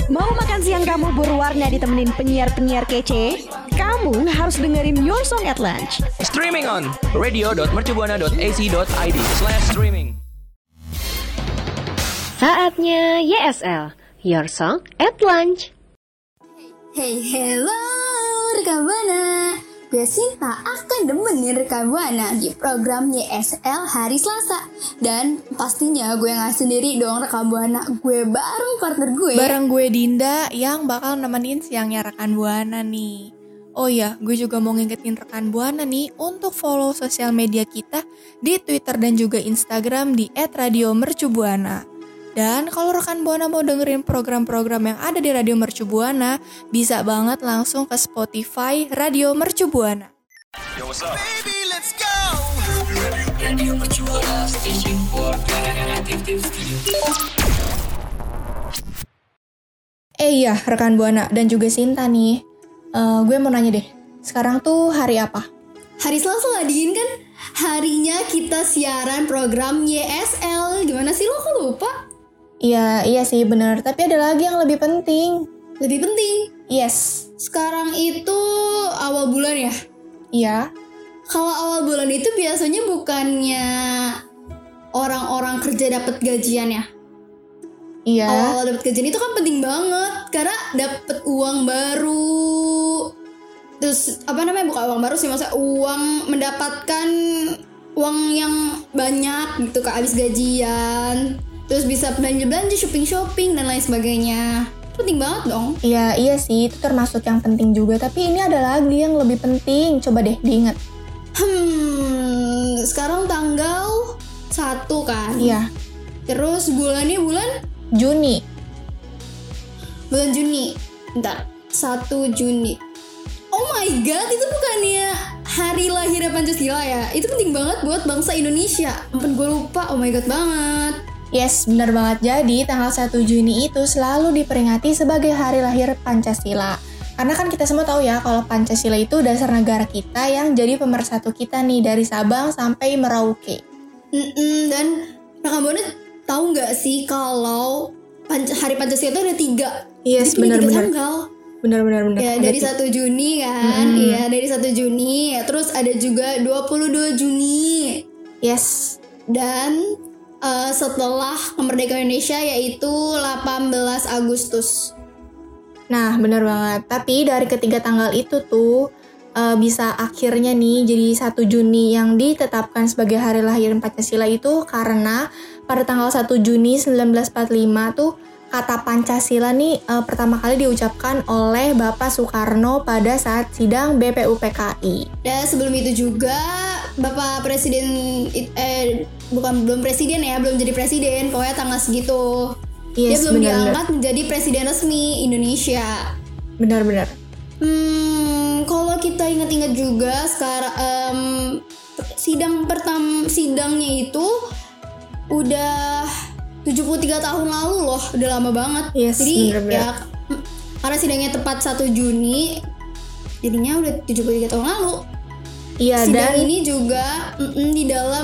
Mau makan siang kamu berwarna ditemenin penyiar-penyiar kece? Kamu harus dengerin Your Song at Lunch. Streaming on radio.mercubuana.ac.id/streaming. Saatnya YSL, Your Song at Lunch. Hey, hello rekan Buana. Gue Sinta akan nemenin rekan Buana di program YSL hari Selasa. Dan pastinya gue gak sendiri dong rekan Buana. Gue bareng partner gue. Bareng gue Dinda yang bakal nemenin siangnya rekan Buana nih. Oh iya, gue juga mau ngingetin rekan Buana nih untuk follow sosial media kita di Twitter dan juga Instagram di @radiomercubuana. Dan kalau rekan Buana mau dengerin program-program yang ada di Radio Mercu Buana, bisa banget langsung ke Spotify Radio Mercu Buana. Yo, what's up? Baby, let's go. Radio Mercu Buana, station for creative studio. Iya, rekan Buana dan juga Sinta nih. Gue mau nanya deh, sekarang tuh hari apa? Hari Selasa lah Din kan? Harinya kita siaran program YSL. Gimana sih lo, kok lupa? Iya sih bener, tapi ada lagi yang lebih penting. Lebih penting? Yes. Sekarang itu awal bulan ya? Iya. Kalau awal bulan itu biasanya bukannya orang-orang kerja dapat gajian ya? Iya. Awal dapat gajian itu kan penting banget karena dapat uang baru. Terus bukan uang baru sih, maksudnya mendapatkan uang yang banyak gitu Kak abis gajian. Terus bisa belanja-belanja, shopping-shopping dan lain sebagainya. Penting banget dong. Iya sih, itu termasuk yang penting juga. Tapi ini ada lagi yang lebih penting. Coba deh diingat. Sekarang tanggal 1 kan? Iya. Terus bulannya bulan? Juni. Bulan Juni. Bentar, 1 Juni. Oh my god, itu bukannya hari lahirnya Pancasila ya? Itu penting banget buat bangsa Indonesia. Ampun gue lupa, oh my god banget. Yes, benar banget. Jadi tanggal 1 Juni itu selalu diperingati sebagai hari lahir Pancasila. Karena kan kita semua tahu ya kalau Pancasila itu dasar negara kita yang jadi pemersatu kita nih dari Sabang sampai Merauke. Dan rekan Buana tahu nggak sih kalau hari Pancasila itu ada 3? Yes, benar-benar. Benar. Ya, dari 1 Juni kan. Iya, dari 1 Juni. Ya, terus ada juga 22 Juni. Yes. Dan setelah kemerdekaan Indonesia yaitu 18 Agustus. Nah, benar banget. Tapi dari ketiga tanggal itu tuh bisa akhirnya nih jadi 1 Juni yang ditetapkan sebagai hari lahir Pancasila itu karena pada tanggal 1 Juni 1945 tuh kata Pancasila nih pertama kali diucapkan oleh Bapak Soekarno pada saat sidang BPUPKI. Dan sebelum itu juga Bapak Presiden belum jadi presiden, pokoknya tanggal segitu. Yes, dia belum diangkat menjadi presiden resmi Indonesia. Benar. Kalau kita ingat-ingat juga sekarang sidangnya itu udah 73 tahun lalu loh, udah lama banget. Yes, jadi bener. Ya karena sidangnya tepat 1 Juni, jadinya udah 73 tahun lalu. Iya, sidang dan ini juga di dalam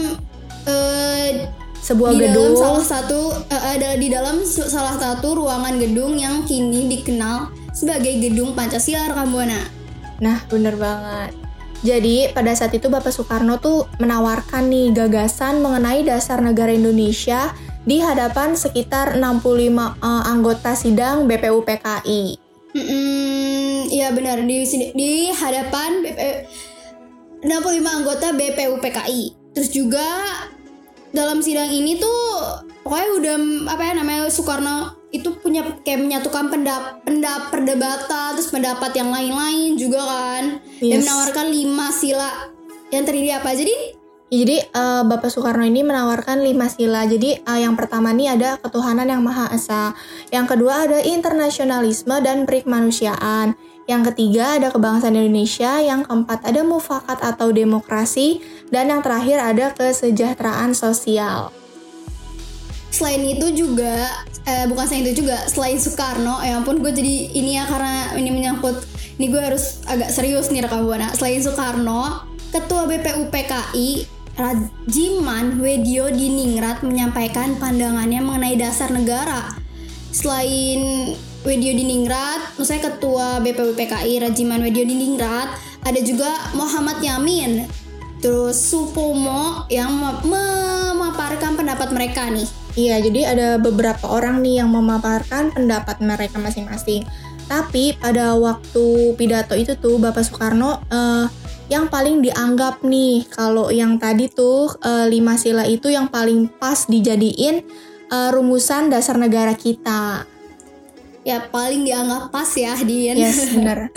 sebuah di gedung di dalam salah satu ruangan gedung yang kini dikenal sebagai Gedung Pancasila rekan Buana. Nah, bener banget. Jadi pada saat itu Bapak Soekarno tuh menawarkan nih gagasan mengenai dasar negara Indonesia di hadapan sekitar 65 anggota sidang BPUPKI. Iya benar, di hadapan 65 anggota BPUPKI. Terus juga dalam sidang ini tuh pokoknya udah Soekarno itu punya kayak menyatukan perdebatan, terus pendapat yang lain-lain juga kan. Yes. Dan menawarkan 5 sila yang terdiri apa? Jadi Bapak Soekarno ini menawarkan 5 sila. Jadi yang pertama nih ada ketuhanan yang Maha Esa. Yang kedua ada internasionalisme dan perikemanusiaan. Yang ketiga ada kebangsaan Indonesia. Yang keempat ada mufakat atau demokrasi. Dan yang terakhir ada kesejahteraan sosial. Selain itu juga, selain Soekarno, ya ampun gue jadi ini ya karena ini menyangkut, ini gue harus agak serius nih rekan Buana. Selain Soekarno, Ketua BPUPKI Rajiman Weddiodiningrat menyampaikan pandangannya mengenai dasar negara. Selain Wedyo Diningrat, maksudnya Ketua BPUPKI Rajiman Wedyo Diningrat, ada juga Muhammad Yamin, terus Supomo yang memaparkan pendapat mereka nih. Iya, jadi ada beberapa orang nih yang memaparkan pendapat mereka masing-masing. Tapi pada waktu pidato itu tuh Bapak Soekarno yang paling dianggap nih kalau yang tadi tuh 5 sila itu yang paling pas dijadiin rumusan dasar negara kita. Ya paling dianggap pas ya Dian. Yes, benar.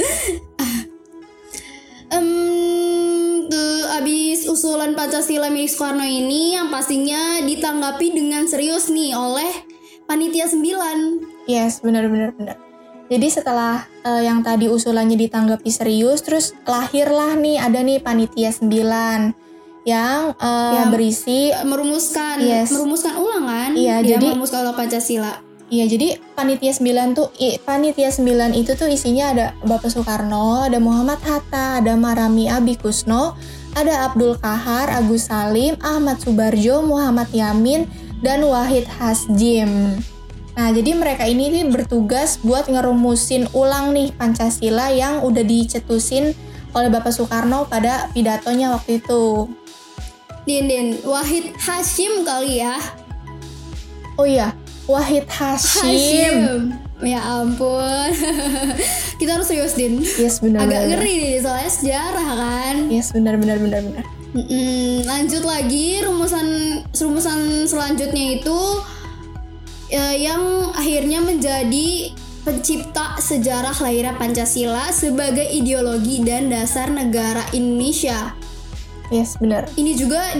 Abis usulan Pancasila milik Soekarno ini yang pastinya ditanggapi dengan serius nih oleh Panitia 9. Yes, benar. Jadi setelah yang tadi usulannya ditanggapi serius, terus lahirlah nih ada nih Panitia 9 yang berisi merumuskan ulang kan? Iya, jadi merumuskan ulang Pancasila. Iya, jadi Panitia 9 itu tuh isinya ada Bapak Soekarno, ada Muhammad Hatta, ada Marami Abikusno, ada Abdul Kahar, Agus Salim, Ahmad Subarjo, Muhammad Yamin, dan Wahid Hasjim. Nah, jadi mereka ini nih bertugas buat ngerumusin ulang nih Pancasila yang udah dicetusin oleh Bapak Soekarno pada pidatonya waktu itu. Din, Wahid Hashim kali ya? Oh iya, Wahid Hashim. Ya ampun. Kita harus serius, Din. Yes, benar. Agak ngeri nih, soalnya sejarah kan. Yes, benar. Lanjut lagi rumusan selanjutnya itu yang akhirnya menjadi pencipta sejarah lahirnya Pancasila sebagai ideologi dan dasar negara Indonesia. Yes, benar. Ini juga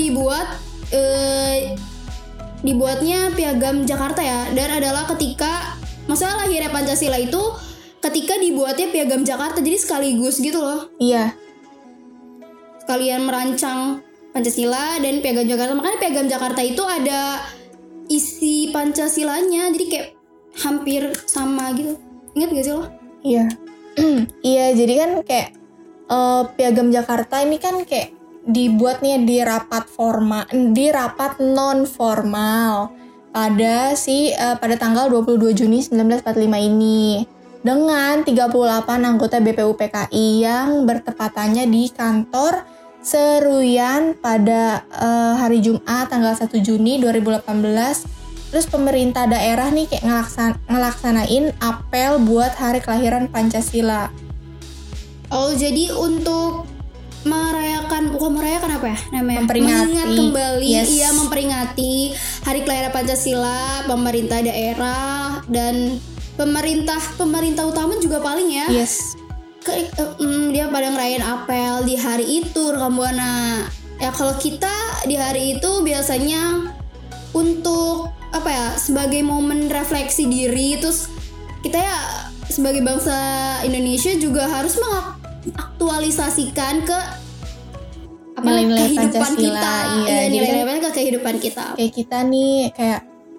dibuatnya Piagam Jakarta ya, dan adalah ketika masalah lahirnya Pancasila itu ketika dibuatnya Piagam Jakarta, jadi sekaligus gitu loh. Iya. Sekalian merancang Pancasila dan Piagam Jakarta. Makanya Piagam Jakarta itu ada isi Pancasilanya, jadi kayak hampir sama gitu. Ingat gak sih lo? Iya. Iya, jadi kan kayak Piagam Jakarta ini kan kayak dibuat nih di rapat non formal pada tanggal 22 Juni 1945 ini dengan 38 anggota BPUPKI yang bertepatannya di kantor Seruyan pada hari Jumat tanggal 1 Juni 2018. Terus pemerintah daerah nih kayak ngelaksanain apel buat hari kelahiran Pancasila. Oh, jadi untuk bukan merayakan apa ya namanya? Mengingat kembali, yes. Iya, memperingati hari kelahiran Pancasila, pemerintah daerah dan pemerintah utama juga paling ya. Yes. Dia pada ngerayain apel di hari itu, rekam Buana. Ya kalau kita di hari itu biasanya untuk apa ya, sebagai momen refleksi diri, terus kita ya sebagai bangsa Indonesia juga harus mengaktualisasikan ke nilai-nilai kehidupan Pancasila. kita. Iya, nilai-nilai ke kehidupan kita. Kayak kita nih kayak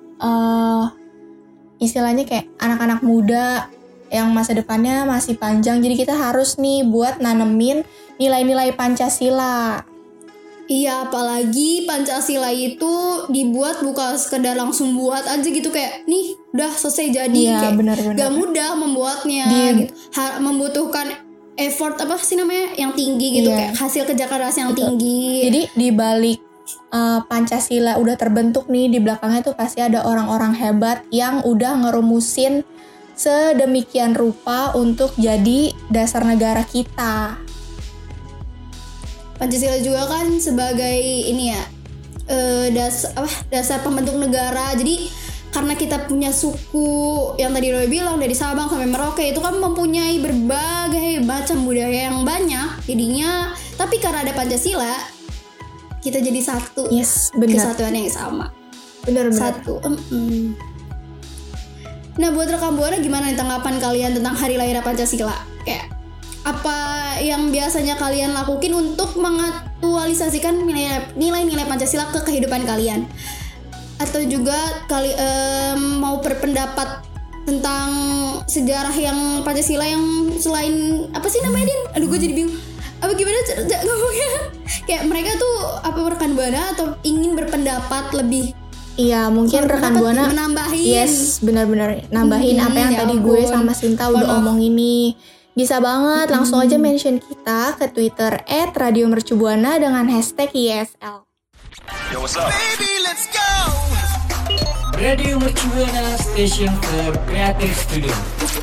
istilahnya kayak anak-anak muda yang masa depannya masih panjang, jadi kita harus nih buat nanemin nilai-nilai Pancasila. Iya, apalagi Pancasila itu dibuat bukan sekedar langsung buat aja gitu, kayak nih udah selesai jadi. Iya, kayak benar. gak mudah membuatnya gitu. Membutuhkan effort apa sih namanya yang tinggi gitu, iya. Kayak hasil kerja keras yang tinggi. Jadi di balik Pancasila udah terbentuk nih, di belakangnya tuh pasti ada orang-orang hebat yang udah ngerumusin sedemikian rupa untuk jadi dasar negara kita. Pancasila juga kan sebagai ini ya dasar pembentuk negara. Jadi karena kita punya suku yang tadi lo bilang dari Sabang sampai Merauke itu kan mempunyai berbagai macam budaya yang banyak. Jadinya tapi karena ada Pancasila kita jadi satu. Yes, benar. Kesatuan yang sama. Benar. Satu. Nah, buat rekam Buana gimana nih tanggapan kalian tentang hari lahir Pancasila? Kayak apa yang biasanya kalian lakuin untuk mengaktualisasikan nilai-nilai Pancasila ke kehidupan kalian? Atau juga mau berpendapat tentang sejarah yang Pancasila yang selain apa sih namanya, Din? Aduh, gue jadi bingung. Apa gimana ngomongnya? Kayak mereka tuh apa rekan Buana atau ingin berpendapat lebih Iya, mungkin rekan Buana menambahin. yes, benar-benar nambahin apa yang ya tadi gue ampun. sama Sinta udah omongin nih. Bisa banget langsung aja mention kita ke Twitter @radiomercubuana dengan hashtag YSL. Yo, what's up? Radio Mercubuana Station for Creative Studio.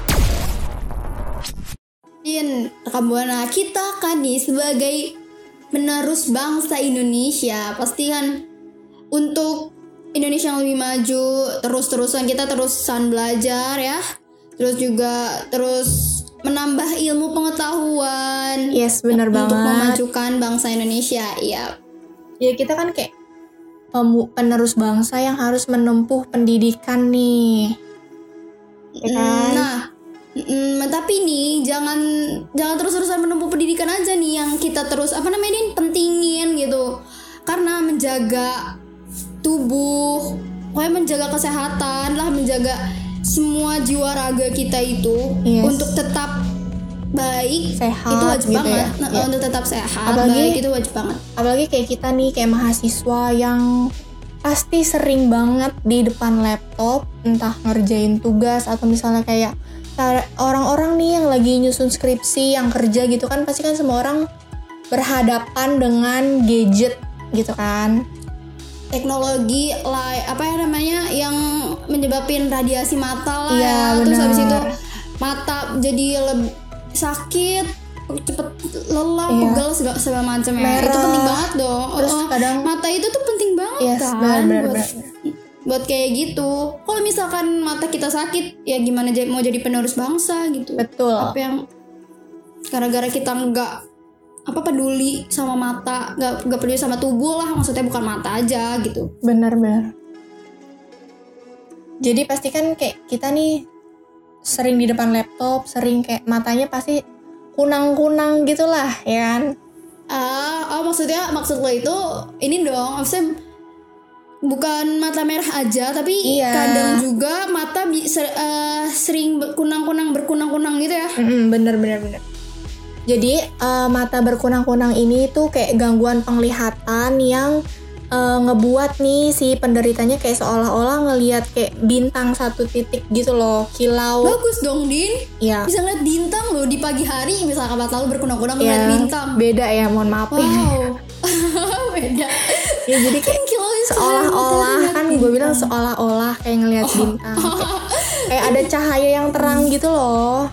Rekam Buana, kita kan nih sebagai penerus bangsa Indonesia, pasti kan untuk Indonesia yang lebih maju, terus-terusan kita terusan belajar ya. Terus juga terus menambah ilmu pengetahuan. Yes, benar untuk banget. memajukan bangsa Indonesia. Iya. Ya kita kan kayak penerus bangsa yang harus menempuh pendidikan nih. Ya kan? Nah, tapi nih jangan terus-terusan menempuh pendidikan aja nih yang kita terus pentingin gitu. Karena menjaga tubuh, pokoknya menjaga kesehatan lah, menjaga semua jiwa raga kita itu untuk tetap baik, sehat, itu wajib gitu banget. ya. Untuk tetap sehat, Apalagi- baik itu wajib banget. Apalagi kayak kita nih, kayak mahasiswa yang pasti sering banget di depan laptop, entah ngerjain tugas atau misalnya kayak orang-orang nih yang lagi nyusun skripsi, yang kerja gitu kan, pasti kan semua orang berhadapan dengan gadget gitu kan. Teknologi yang menyebabkan radiasi mata lah Iya, ya. Terus benar. habis itu mata jadi sakit, cepet lelah, Iya. pegel segala macam ya. Merah. Itu penting banget dong. Terus kadang mata itu tuh penting banget Yes, kan benar. buat kayak gitu. Kalau misalkan mata kita sakit, ya gimana mau jadi penerus bangsa gitu. Betul. Apa yang gara-gara kita nggak peduli sama mata, nggak peduli sama tubuh lah, maksudnya bukan mata aja gitu. Benar. Jadi pasti kan kayak kita nih sering di depan laptop, sering kayak matanya pasti kunang-kunang gitulah ya kan. Maksud lo itu ini dong, maksudnya bukan mata merah aja, tapi Iya. kadang juga mata sering berkunang-kunang gitu ya. Bener. Jadi mata berkunang-kunang ini tuh kayak gangguan penglihatan yang ngebuat nih si penderitanya kayak seolah-olah ngelihat kayak bintang satu titik gitu loh, kilau. Bagus dong, Din. Ya, Bisa ngeliat bintang loh di pagi hari, misalkan mata lo berkunang-kunang ngeliat ya bintang. beda ya, mohon maaf. Wow. Beda. Ya jadi kayak Kilauin seolah-olah ngeliat kan gue bilang seolah-olah kayak ngelihat bintang. Kayak ada cahaya yang terang gitu loh.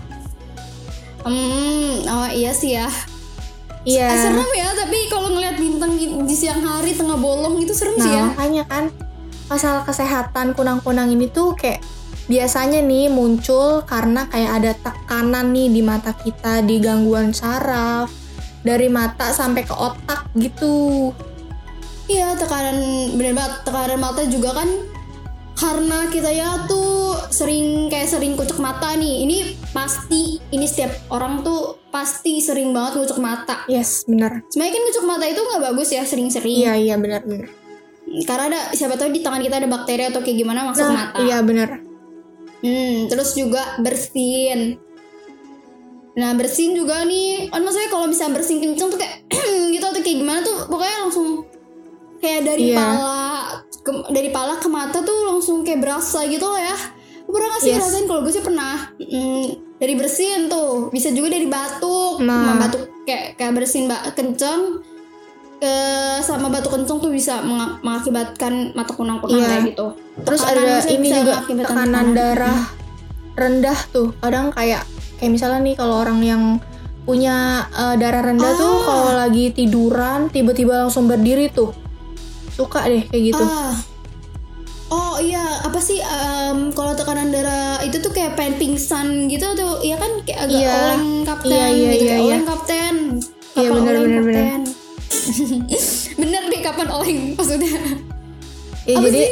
Iya sih ya. Iya. Serem ya, tapi kalau ngeliat bintang di siang hari tengah bolong itu serem sih ya. Nah, makanya kan masalah kesehatan kunang-kunang ini tuh kayak biasanya nih muncul karena kayak ada tekanan nih di mata kita, di gangguan saraf dari mata sampai ke otak gitu. Iya, bener banget, tekanan mata juga kan karena kita ya tuh sering kucek mata nih. Ini setiap orang tuh pasti sering banget kucek mata. Yes, benar. Sebenarnya kan kucek mata itu nggak bagus ya, sering-sering. Iya, benar. Karena siapa tahu di tangan kita ada bakteri atau kayak gimana masuk Nah, mata. iya benar. Terus juga bersin. Nah, bersin juga nih, kan maksudnya kalau bisa bersin kenceng tuh kayak gitu atau kayak gimana tuh, pokoknya langsung kayak dari pala ke mata tuh langsung kayak berasa gitu loh ya. Pernah gak sih ngerasain? Kalau gue sih pernah. Dari bersin tuh, bisa juga dari batuk. Nah. Batuk kayak bersin kenceng, sama batuk kenceng tuh bisa mengakibatkan mata kunang-kunang kayak gitu. Terus Tekanan ada bisa ini juga mengakibatkan tekanan darah rendah tuh. Kadang kayak misalnya nih kalau orang yang punya darah rendah tuh kalau lagi tiduran tiba-tiba langsung berdiri tuh. Suka deh kayak gitu. Oh iya, apa sih kalau tekanan darah itu tuh kayak pengen pingsan gitu tuh, iya kan kayak agak oleng kapten gitu, kayak oleng kapten. Iya, Kapan benar. kapten? Bener deh, kapan oleng maksudnya? Ya, Apa jadi sih?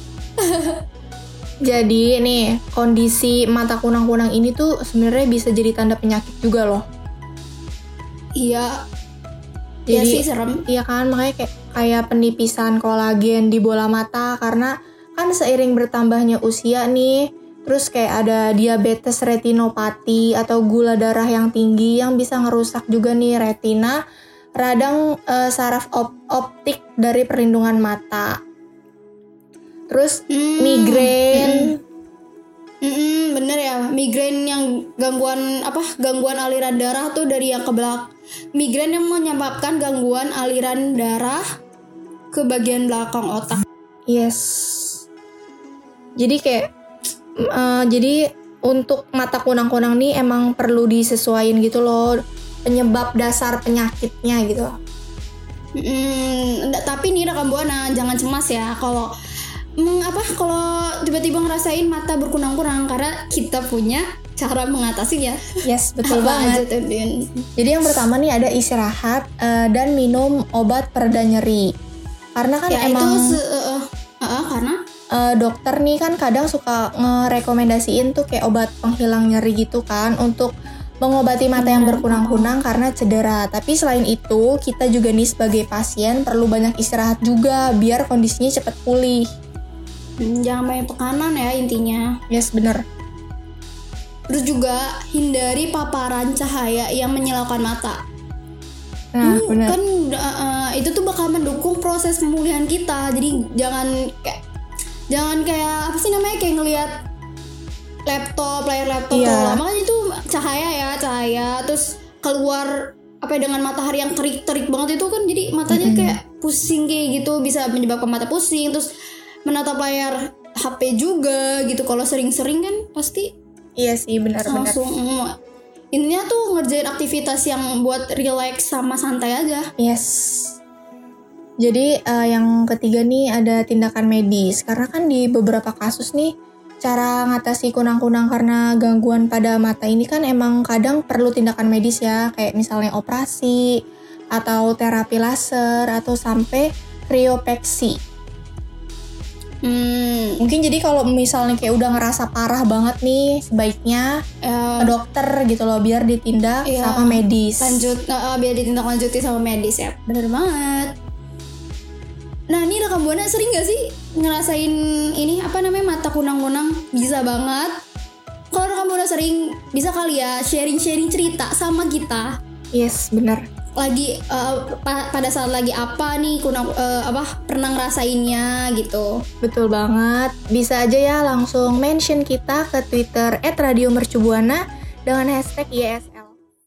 jadi nih kondisi mata kunang-kunang ini tuh sebenarnya bisa jadi tanda penyakit juga loh. Iya. Jadi Iya sih, serem. Iya kan, makanya kayak penipisan kolagen di bola mata karena kan seiring bertambahnya usia nih, terus kayak ada diabetes retinopati atau gula darah yang tinggi yang bisa ngerusak juga nih retina, radang saraf optik dari perlindungan mata. terus migrain. Bener ya, migrain yang gangguan aliran darah tuh dari yang ke belakang. Migrain yang menyebabkan gangguan aliran darah ke bagian belakang otak. Yes. Jadi kayak jadi untuk mata kunang-kunang nih emang perlu disesuaiin gitu loh penyebab dasar penyakitnya gitu. Tapi nih rekam Buana jangan cemas ya kalau tiba-tiba ngerasain mata berkunang-kunang karena kita punya cara mengatasinya. Yes, betul banget. Jadi yang pertama nih ada istirahat dan minum obat pereda nyeri. Karena kan ya, emang karena dokter nih kan kadang suka ngerekomendasiin tuh kayak obat penghilang nyeri gitu kan untuk mengobati mata yang berkunang-kunang karena cedera. Tapi selain itu kita juga nih sebagai pasien perlu banyak istirahat juga biar kondisinya cepat pulih. Jangan banyak tekanan ya intinya. Yes, bener. Terus juga hindari paparan cahaya yang menyilaukan mata. Nah, bener. Kan itu tuh bakal mendukung proses pemulihan kita. Jadi jangan kayak apa sih namanya kayak ngelihat layar laptop lama kan itu cahaya terus keluar dengan matahari yang terik banget itu kan jadi matanya kayak pusing kayak gitu, bisa menyebabkan mata pusing. Terus menatap layar HP juga gitu kalau sering-sering kan pasti. Iya sih, benar-benar. Langsung intinya tuh ngerjain aktivitas yang buat relax sama santai aja. Yes. Jadi yang ketiga nih ada tindakan medis. Karena kan di beberapa kasus nih cara ngatasi kunang-kunang karena gangguan pada mata ini kan emang kadang perlu tindakan medis ya, kayak misalnya operasi atau terapi laser atau sampai kriopeksi. Mungkin jadi kalau misalnya kayak udah ngerasa parah banget nih sebaiknya ke dokter gitu loh biar ditindak sama medis. Biar ditindaklanjuti sama medis ya. Bener banget. Nah ini rekam Buana sering gak sih ngerasain ini mata kunang-kunang? Bisa banget. Kalau rekam Buana sering bisa kali ya sharing cerita sama kita. Yes, bener. Lagi pada saat lagi apa nih pernah ngerasainnya gitu. Betul banget. Bisa aja ya langsung mention kita ke Twitter @radiomercubuana dengan hashtag YSL.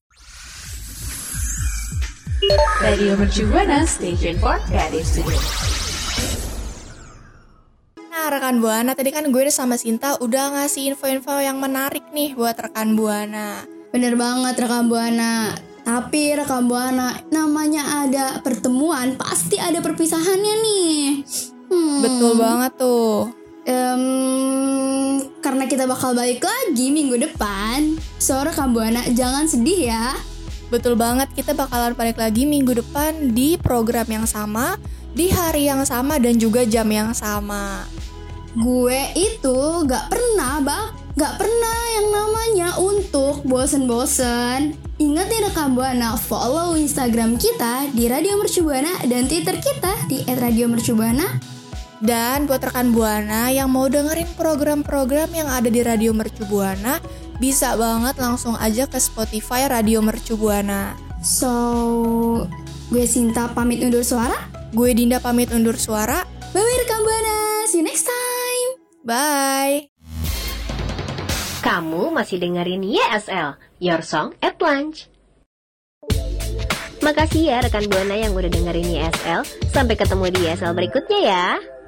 Radio Mercubuana, Station for Creative Studio. Nah rekan Buana, tadi kan gue sama Sinta udah ngasih info-info yang menarik nih buat rekan Buana. Bener banget rekan Buana. Tapi rekam Buana, namanya ada pertemuan, pasti ada perpisahannya nih. Betul banget tuh. Karena kita bakal balik lagi minggu depan, so rekam Buana jangan sedih ya. Betul banget, kita bakalan balik lagi minggu depan di program yang sama, di hari yang sama dan juga jam yang sama. Gue itu gak pernah yang namanya untuk bosen-bosen. Ingat nih rekam Buana, follow Instagram kita di Radio Mercubuana dan Twitter kita di @radiomercubuana. Dan buat rekan Buana yang mau dengerin program-program yang ada di Radio Mercubuana, bisa banget langsung aja ke Spotify Radio Mercubuana. So, gue Sinta pamit undur suara. Gue Dinda pamit undur suara. Bye-bye rekam Buana, see you next time. Bye. Kamu masih dengerin YSL, Your Song at Lunch. Makasih ya rekan Buana yang udah dengerin YSL. Sampai ketemu di YSL berikutnya ya.